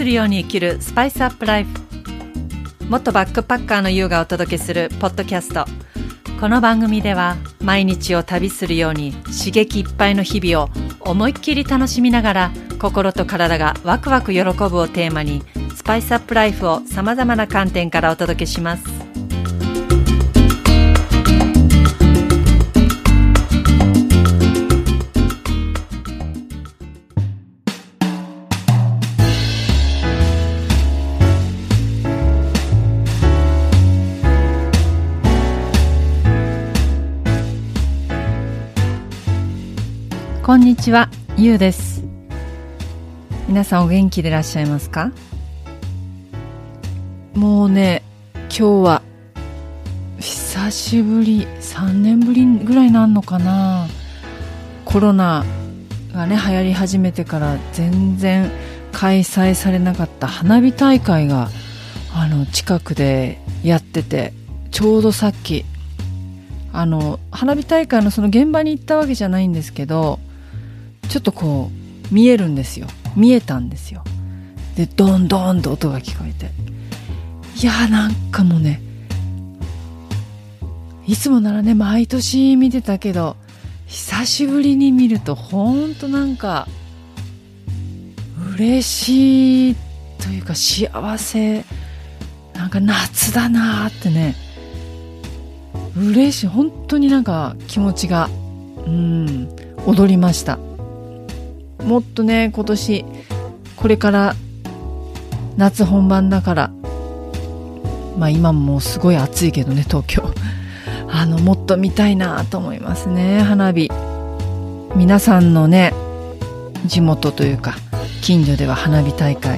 するように生きるスパイスアップライフ。元バックパッカーの優がお届けするポッドキャスト。この番組では毎日を旅するように刺激いっぱいの日々を思いっきり楽しみながら、心と体がワクワク喜ぶをテーマにスパイスアップライフをさまざまな観点からお届けします。こんにちは、ゆうです。皆さんお元気でいらっしゃいますか？もうね、今日は久しぶり、3年ぶりぐらいなんのかな。コロナがね流行り始めてから全然開催されなかった花火大会が近くでやってて、ちょうどさっき花火大会のその現場に行ったわけじゃないんですけど、ちょっとこう見えたんですよ。でドンドンと音が聞こえて、いやなんかもうね、いつもならね毎年見てたけど、久しぶりに見るとほんとなんか嬉しいというか幸せ、なんか夏だなってね、嬉しい、本当になんか気持ちが踊りました。もっとね今年これから夏本番だから、今もうすごい暑いけどね東京もっと見たいなと思いますね、花火。皆さんのね地元というか近所では花火大会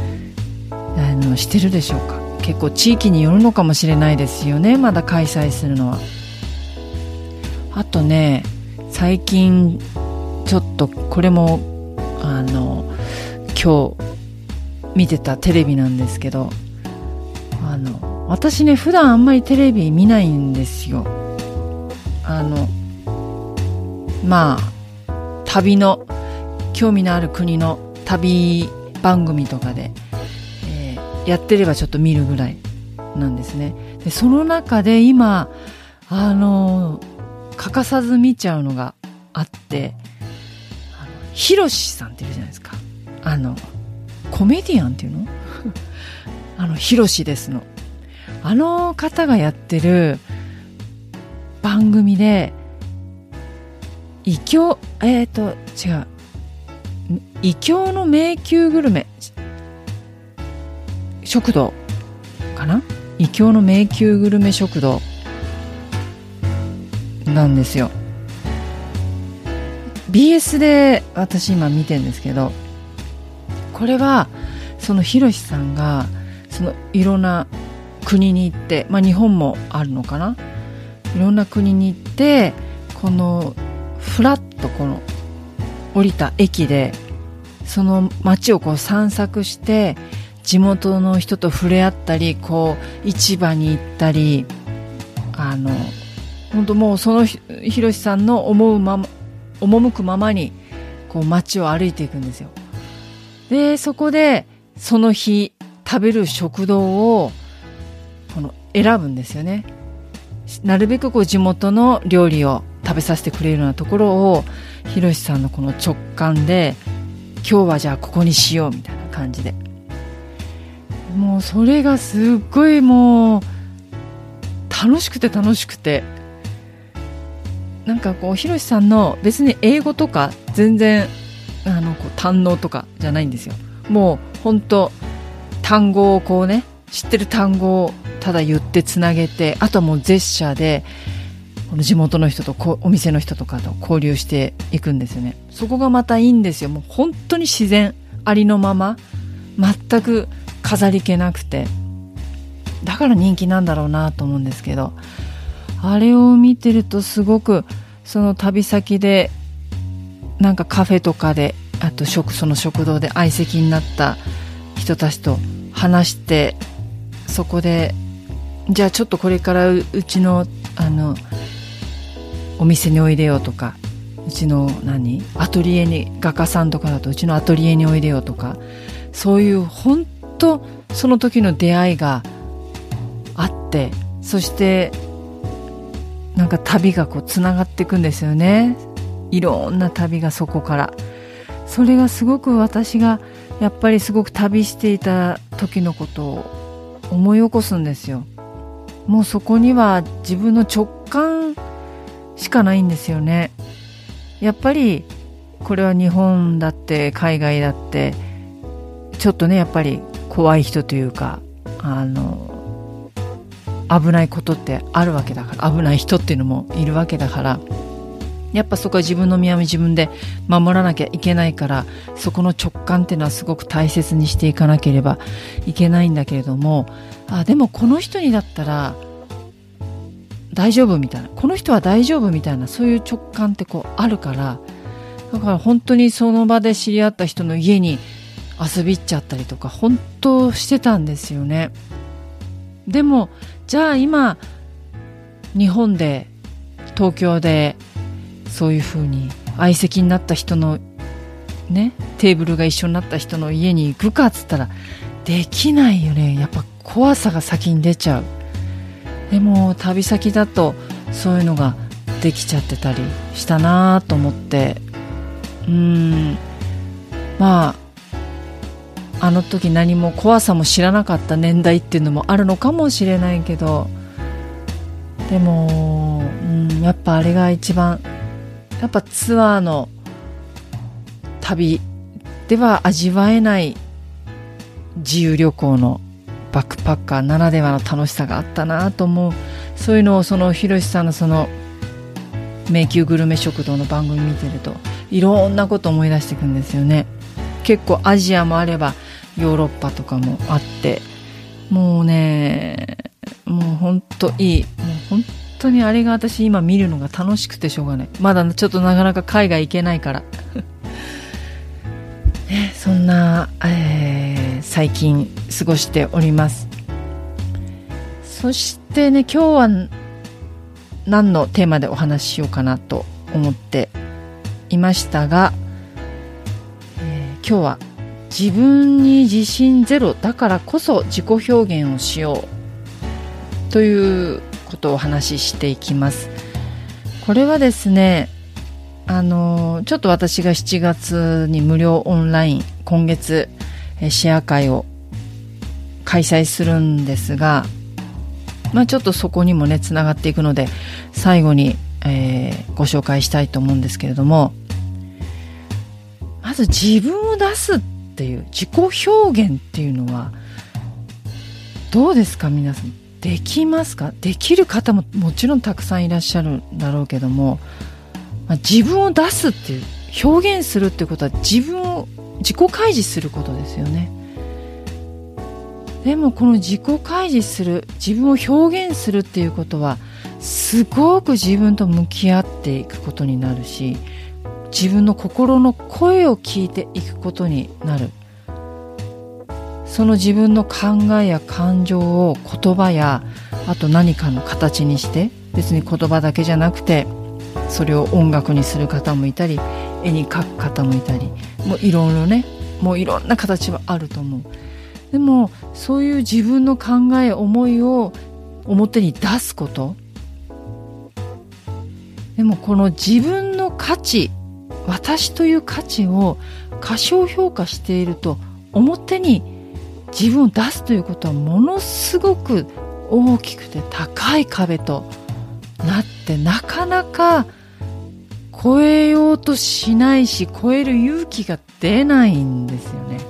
してるでしょうか？結構地域によるのかもしれないですよね、まだ開催するのは。あとね、最近ちょっとこれも今日見てたテレビなんですけど、私ね普段あんまりテレビ見ないんですよ。旅の興味のある国の旅番組とかで、やってればちょっと見るぐらいなんですね。でその中で今欠かさず見ちゃうのがあって、ヒロシさんっているじゃないですか。コメディアンっていうのヒロシですの。方がやってる番組で異郷の迷宮グルメ食堂かな、異郷の迷宮グルメ食堂なんですよ。BS で私今見てるんですけど、これはそのヒロシさんがそのいろんな国に行って、日本もあるのかな、いろんな国に行って、このフラッとこの降りた駅でその街をこう散策して、地元の人と触れ合ったり、こう市場に行ったり、本当もうそのヒロシさんの赴くままにこう街を歩いていくんですよ。でそこでその日食べる食堂を選ぶんですよね。なるべくこう地元の料理を食べさせてくれるようなところを、ひろしさんのこの直感で、今日はじゃあここにしようみたいな感じで、もうそれがすっごいもう楽しくて、なんかこうひろしさんの別に英語とか全然こう堪能とかじゃないんですよ。もう本当単語をこうね、知ってる単語をただ言ってつなげて、あとはもうジェスチャーでこの地元の人とお店の人とかと交流していくんですよね。そこがまたいいんですよ。もう本当に自然ありのまま、全く飾り気なくて、だから人気なんだろうなと思うんですけど、あれを見てるとすごくその旅先でなんかカフェとかで、あとその食堂で相席になった人たちと話して、そこでじゃあちょっとこれからうちのお店においでよとか、うちのアトリエに、画家さんとかだとうちのアトリエにおいでよとか、 そういう本当その時の出会いがあって、そしてなんか旅がこうつながっていくんですよね。いろんな旅がそこから。それがすごく私がやっぱりすごく旅していた時のことを思い起こすんですよ。もうそこには自分の直感しかないんですよね。やっぱりこれは日本だって海外だってちょっとねやっぱり怖い人というか危ないことってあるわけだから、危ない人っていうのもいるわけだから、やっぱそこは自分の身は自分で守らなきゃいけないから、そこの直感っていうのはすごく大切にしていかなければいけないんだけれども、でもこの人にだったら大丈夫みたいな、この人は大丈夫みたいな、そういう直感ってこうあるから、だから本当にその場で知り合った人の家に遊び行っちゃったりとか本当してたんですよね。でもじゃあ今日本で東京でそういう風に相席になった人のね、テーブルが一緒になった人の家に行くかっつったらできないよね。やっぱ怖さが先に出ちゃう。でも旅先だとそういうのができちゃってたりしたなと思って、まああの時何も怖さも知らなかった年代っていうのもあるのかもしれないけど、でも、やっぱあれが一番、やっぱツアーの旅では味わえない自由旅行のバックパッカーならではの楽しさがあったなと思う。そういうのをそのひろしさんのその迷宮グルメ食堂の番組見てるといろんなこと思い出していくんですよね。結構アジアもあればヨーロッパとかもあって、もうね、もう本当いい、もう本当にあれが私今見るのが楽しくてしょうがない。まだちょっとなかなか海外行けないからそんな、最近過ごしております。そしてね、今日は何のテーマでお話ししようかなと思っていましたが、今日は自分に自信ゼロだからこそ自己表現をしようということをお話ししていきます。これはですね、ちょっと私が7月に無料オンライン今月シェア会を開催するんですが、ちょっとそこにもねつながっていくので最後に、ご紹介したいと思うんですけれども、まず自分を出すっていう自己表現っていうのはどうですか皆さん、できますか？できる方ももちろんたくさんいらっしゃるんだろうけども、自分を出すっていう表現するっていうことは自分を自己開示することですよね。でもこの自己開示する、自分を表現するっていうことはすごく自分と向き合っていくことになるし、自分の心の声を聞いていくことになる。その自分の考えや感情を言葉やあと何かの形にして、別に言葉だけじゃなくてそれを音楽にする方もいたり絵に描く方もいたり、もういろいろね、もういろんな形はあると思う。でもそういう自分の考え思いを表に出すこと、でもこの自分の価値、私という価値を過小評価していると表に自分を出すということはものすごく大きくて高い壁となってなかなか超えようとしないし、超える勇気が出ないんですよね。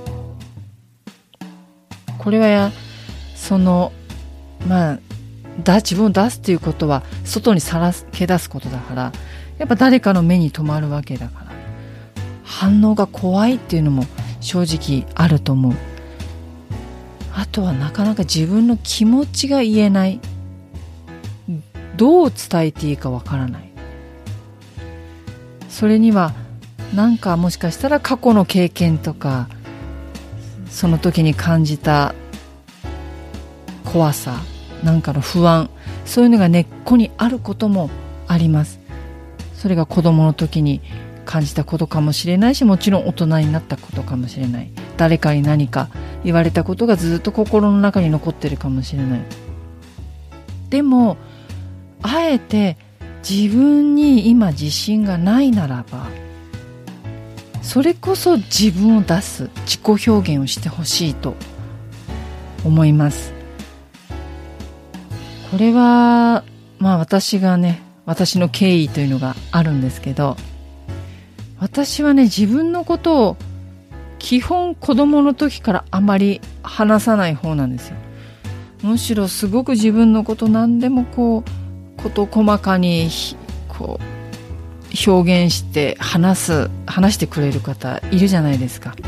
これはその自分を出すということは外にさらけ出すことだから、やっぱ誰かの目に留まるわけだから、反応が怖いっていうのも正直あると思う。あとはなかなか自分の気持ちが言えない、どう伝えていいかわからない。それにはなんかもしかしたら過去の経験とかその時に感じた怖さ、なんかの不安、そういうのが根っこにあることもあります。それが子供の時に感じたことかもしれないし、もちろん大人になったことかもしれない。 誰かに何か言われたことがずっと心の中に残ってるかもしれない。でもあえて自分に今自信がないならば、それこそ自分を出す自己表現をしてほしいと思います。これは私の経緯というのがあるんですけど、私はね、自分のことを基本子供の時からあまり話さない方なんですよ。むしろすごく自分のこと何でも事細かに表現して話してくれる方いるじゃないですか。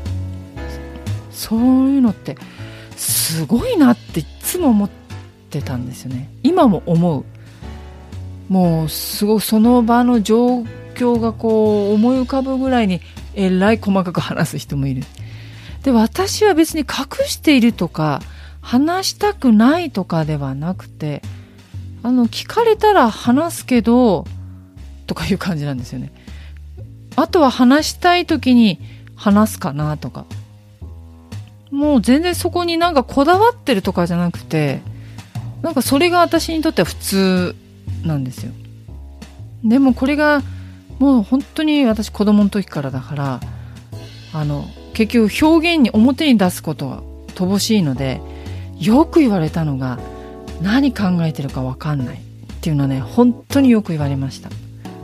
そういうのってすごいなっていつも思ってたんですよね。今も思う。もうすごいその場の状況が思い浮かぶぐらいにえらい細かく話す人もいる。で、私は別に隠しているとか話したくないとかではなくて、聞かれたら話すけどとかいう感じなんですよね。あとは話したい時に話すかなとか、もう全然そこになんかこだわってるとかじゃなくて、なんかそれが私にとっては普通なんですよ。でもこれがもう本当に私子供の時からだから、結局表現に表に出すことが乏しいので、よく言われたのが、何考えてるか分かんないっていうのはね、本当によく言われました。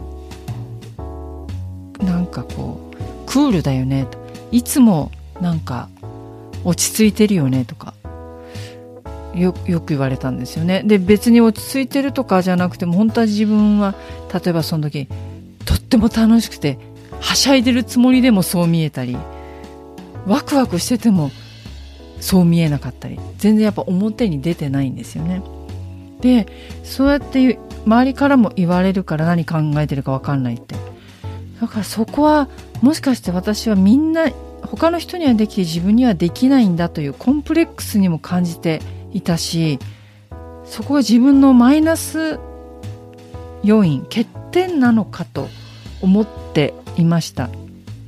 なんかクールだよねと、いつもなんか落ち着いてるよねとかよく言われたんですよね。で、別に落ち着いてるとかじゃなくても、本当は自分は例えばその時とっても楽しくてはしゃいでるつもりでもそう見えたり、ワクワクしててもそう見えなかったり、全然やっぱ表に出てないんですよね。で、そうやって周りからも言われるから、何考えてるか分かんないって。だからそこはもしかして私はみんな他の人にはできて自分にはできないんだというコンプレックスにも感じていたし、そこが自分のマイナス要因、欠点なのかと思っていました。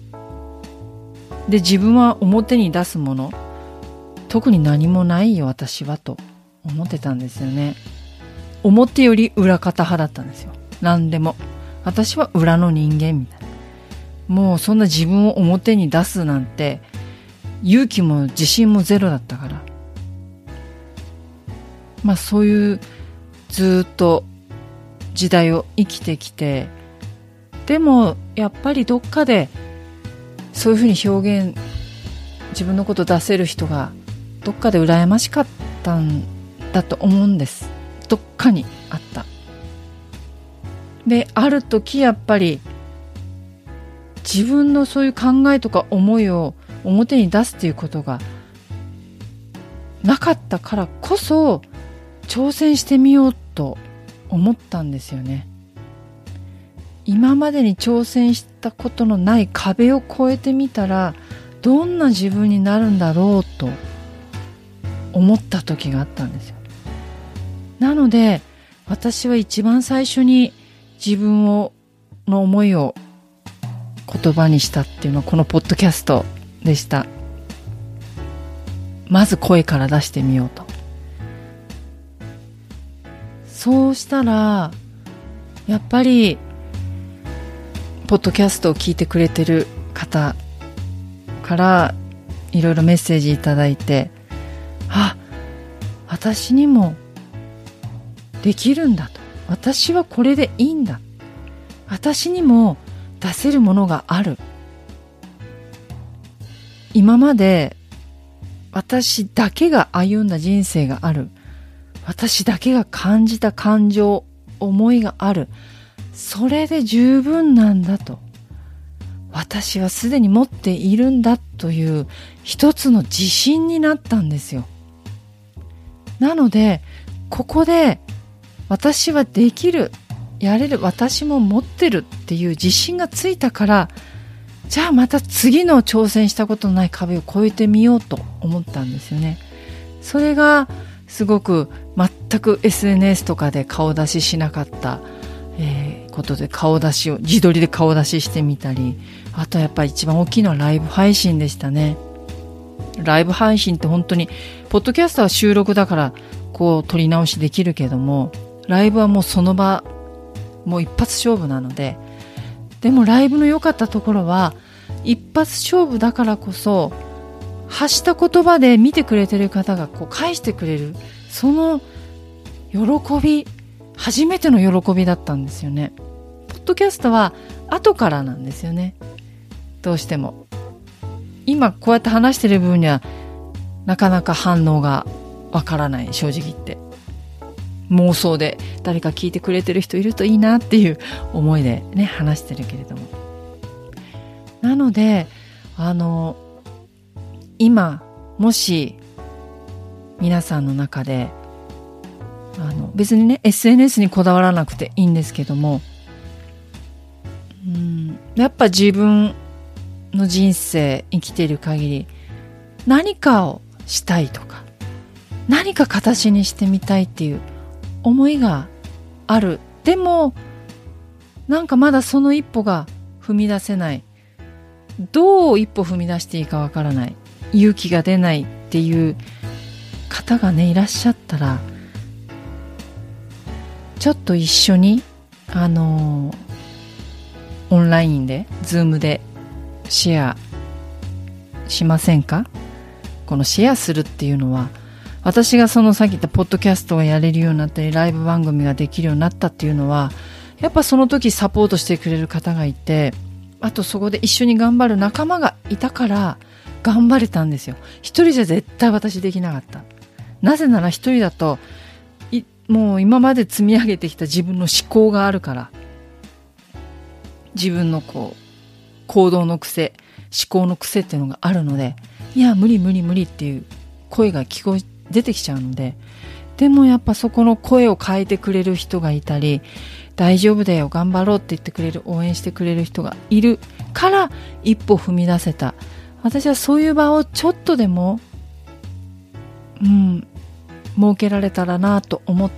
で、自分は表に出すもの特に何もないよ私はと思ってたんですよね。表より裏方派だったんですよ。何でも私は裏の人間みたいな。もうそんな自分を表に出すなんて勇気も自信もゼロだったから、そういうずっと時代を生きてきて、でもやっぱりどっかでそういうふうに自分のことを出せる人がどっかで羨ましかったんだと思うんです。どっかにあった。で、ある時やっぱり自分のそういう考えとか思いを表に出すということがなかったからこそ、挑戦してみようと思ったんですよね。今までに挑戦したことのない壁を越えてみたらどんな自分になるんだろうと思った時があったんですよ。なので私は一番最初に自分の思いを言葉にしたっていうのはこのポッドキャストでした。まず声から出してみようと。そうしたらやっぱりポッドキャストを聞いてくれてる方からいろいろメッセージいただいて、私にもできるんだと、私はこれでいいんだ、私にも出せるものがある、今まで私だけが歩んだ人生がある、私だけが感じた感情、思いがある、それで十分なんだと、私はすでに持っているんだという一つの自信になったんですよ。なのでここで私はできる、やれる、私も持ってるっていう自信がついたから、じゃあまた次の挑戦したことのない壁を越えてみようと思ったんですよね。それがすごく全く SNS とかで顔出ししなかったことで顔出しを自撮りで顔出ししてみたり、あとやっぱり一番大きいのはライブ配信でしたね。 ライブ配信って本当に、ポッドキャストは収録だからこう撮り直しできるけども、ライブはもうその場、もう一発勝負なので、でもライブの良かったところは、一発勝負だからこそ、発した言葉で見てくれてる方がこう返してくれる、その喜び、初めての喜びだったんですよね。ポッドキャストは後からなんですよね。どうしても。今こうやって話してる部分にはなかなか反応がわからない、正直言って。妄想で誰か聞いてくれてる人いるといいなっていう思いでね、話してるけれども。なので、今、もし皆さんの中で、別にね、SNS にこだわらなくていいんですけども、やっぱ自分の人生生きている限り何かをしたいとか何か形にしてみたいっていう思いがある。でもなんかまだその一歩が踏み出せない、どう一歩踏み出していいかわからない、勇気が出ないっていう方がねいらっしゃったら、ちょっと一緒にオンラインでズームでシェアしませんか？このシェアするっていうのは、私がそのさっき言ったポッドキャストをやれるようになったり、ライブ番組ができるようになったっていうのは、やっぱその時サポートしてくれる方がいて、あとそこで一緒に頑張る仲間がいたから頑張れたんですよ。一人じゃ絶対私できなかった。なぜなら一人だともう今まで積み上げてきた自分の思考があるから、自分のこう行動の癖、思考の癖っていうのがあるので、いや無理無理無理っていう声が出てきちゃうので、でもやっぱそこの声を変えてくれる人がいたり、大丈夫だよ頑張ろうって言ってくれる、応援してくれる人がいるから一歩踏み出せた。私はそういう場をちょっとでも設けられたらなと思って、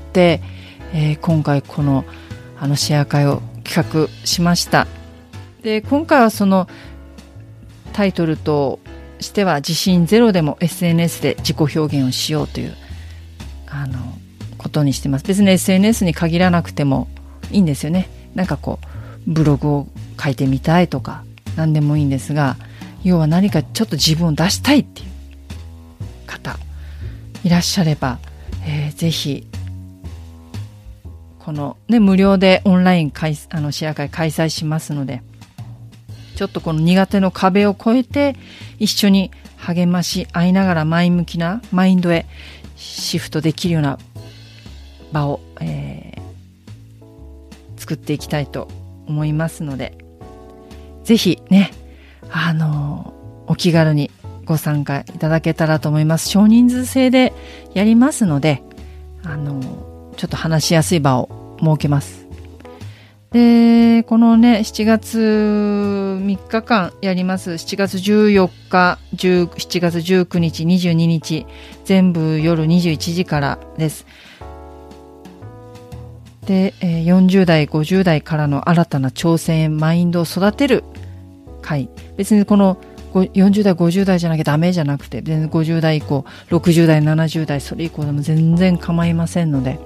今回このシェア会を企画しました。で、今回はそのタイトルとしては、自信ゼロでも SNS で自己表現をしようということにしてます。別に SNS に限らなくてもいいんですよね。なんかこうブログを書いてみたいとか何でもいいんですが、要は何かちょっと自分を出したいっていう方いらっしゃれば、ぜひこのね、無料でオンラインシェア会開催しますので、ちょっとこの苦手の壁を越えて一緒に励まし合いながら前向きなマインドへシフトできるような場を、作っていきたいと思いますので、ぜひね、お気軽にご参加いただけたらと思います。少人数制でやりますので、ちょっと話しやすい場を設けます。で、このね、7月3日間やります。7月14日、7月19日、22日、全部夜21時からです。で、40代、50代からの新たな挑戦へマインドを育てる会。別にこの40代、50代じゃなきゃダメじゃなくて、全然50代以降、60代、70代、それ以降でも全然構いませんので、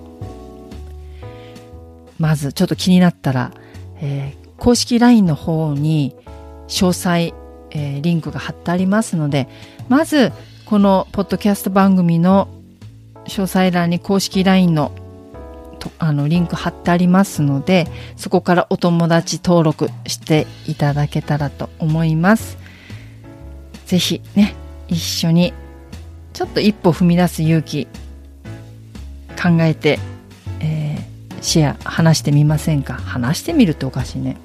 まずちょっと気になったら、公式 LINE の方に詳細、リンクが貼ってありますので、まずこのポッドキャスト番組の詳細欄に公式 LINE のリンク貼ってありますので、そこからお友達登録していただけたらと思います。ぜひね、一緒にちょっと一歩踏み出す勇気考えて、シェア話してみませんか？話してみるっておかしいね。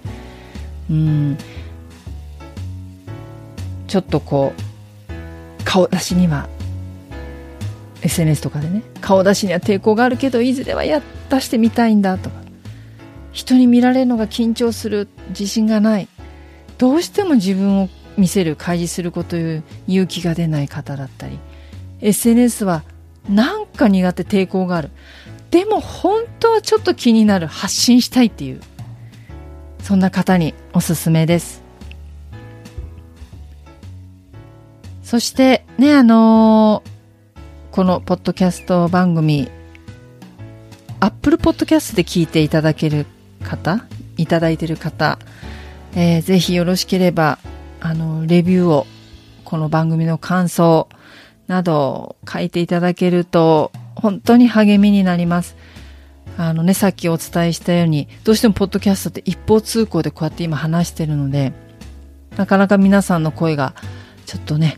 ちょっとこう顔出しには SNS とかでね、顔出しには抵抗があるけど、いずれは出してみたいんだとか、人に見られるのが緊張する、自信がない、どうしても自分を見せる、開示するこという勇気が出ない方だったり、 SNS はなんか苦手、抵抗がある、でも本当はちょっと気になる、発信したいっていう、そんな方におすすめです。 そしてね、このポッドキャスト番組、Apple Podcast で聞いていただける方、いただいている方、ぜひよろしければ、レビューを、この番組の感想など書いていただけると、本当に励みになります。さっきお伝えしたように、どうしてもポッドキャストって一方通行でこうやって今話してるので、なかなか皆さんの声がちょっとね、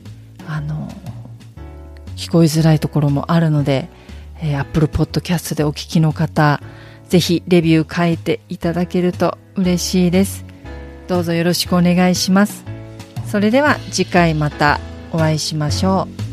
聞こえづらいところもあるので、Apple Podcast でお聞きの方、ぜひレビュー書いていただけると嬉しいです。どうぞよろしくお願いします。それでは次回またお会いしましょう。